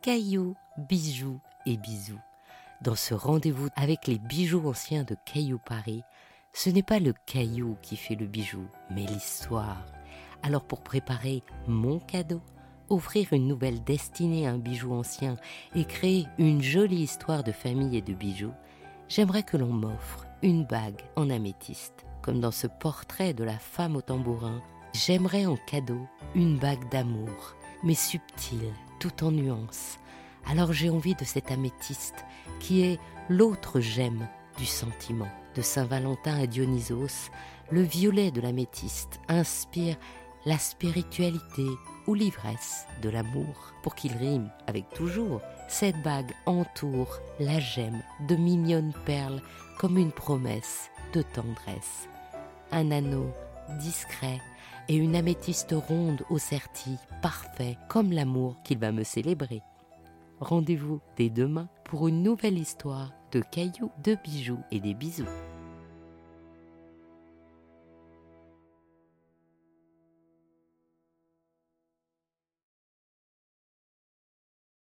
cailloux, bijoux et bisous. Dans ce rendez-vous avec les bijoux anciens de Caillou Paris, ce n'est pas le caillou qui fait le bijou, mais l'histoire. Alors pour préparer mon cadeau, offrir une nouvelle destinée à un bijou ancien et créer une jolie histoire de famille et de bijoux, j'aimerais que l'on m'offre une bague en améthyste. Comme dans ce portrait de la femme au tambourin, j'aimerais en cadeau une bague d'amour, mais subtile, tout en nuances. Alors j'ai envie de cette améthyste qui est l'autre gemme du sentiment. De Saint-Valentin à Dionysos, le violet de l'améthyste inspire la spiritualité ou l'ivresse de l'amour. Pour qu'il rime avec toujours, cette bague entoure la gemme de mignonnes perles comme une promesse de tendresse. Un anneau discret et une améthyste ronde au certi parfait comme l'amour qu'il va me célébrer. Rendez-vous dès demain pour une nouvelle histoire de cailloux, de bijoux et des bisous.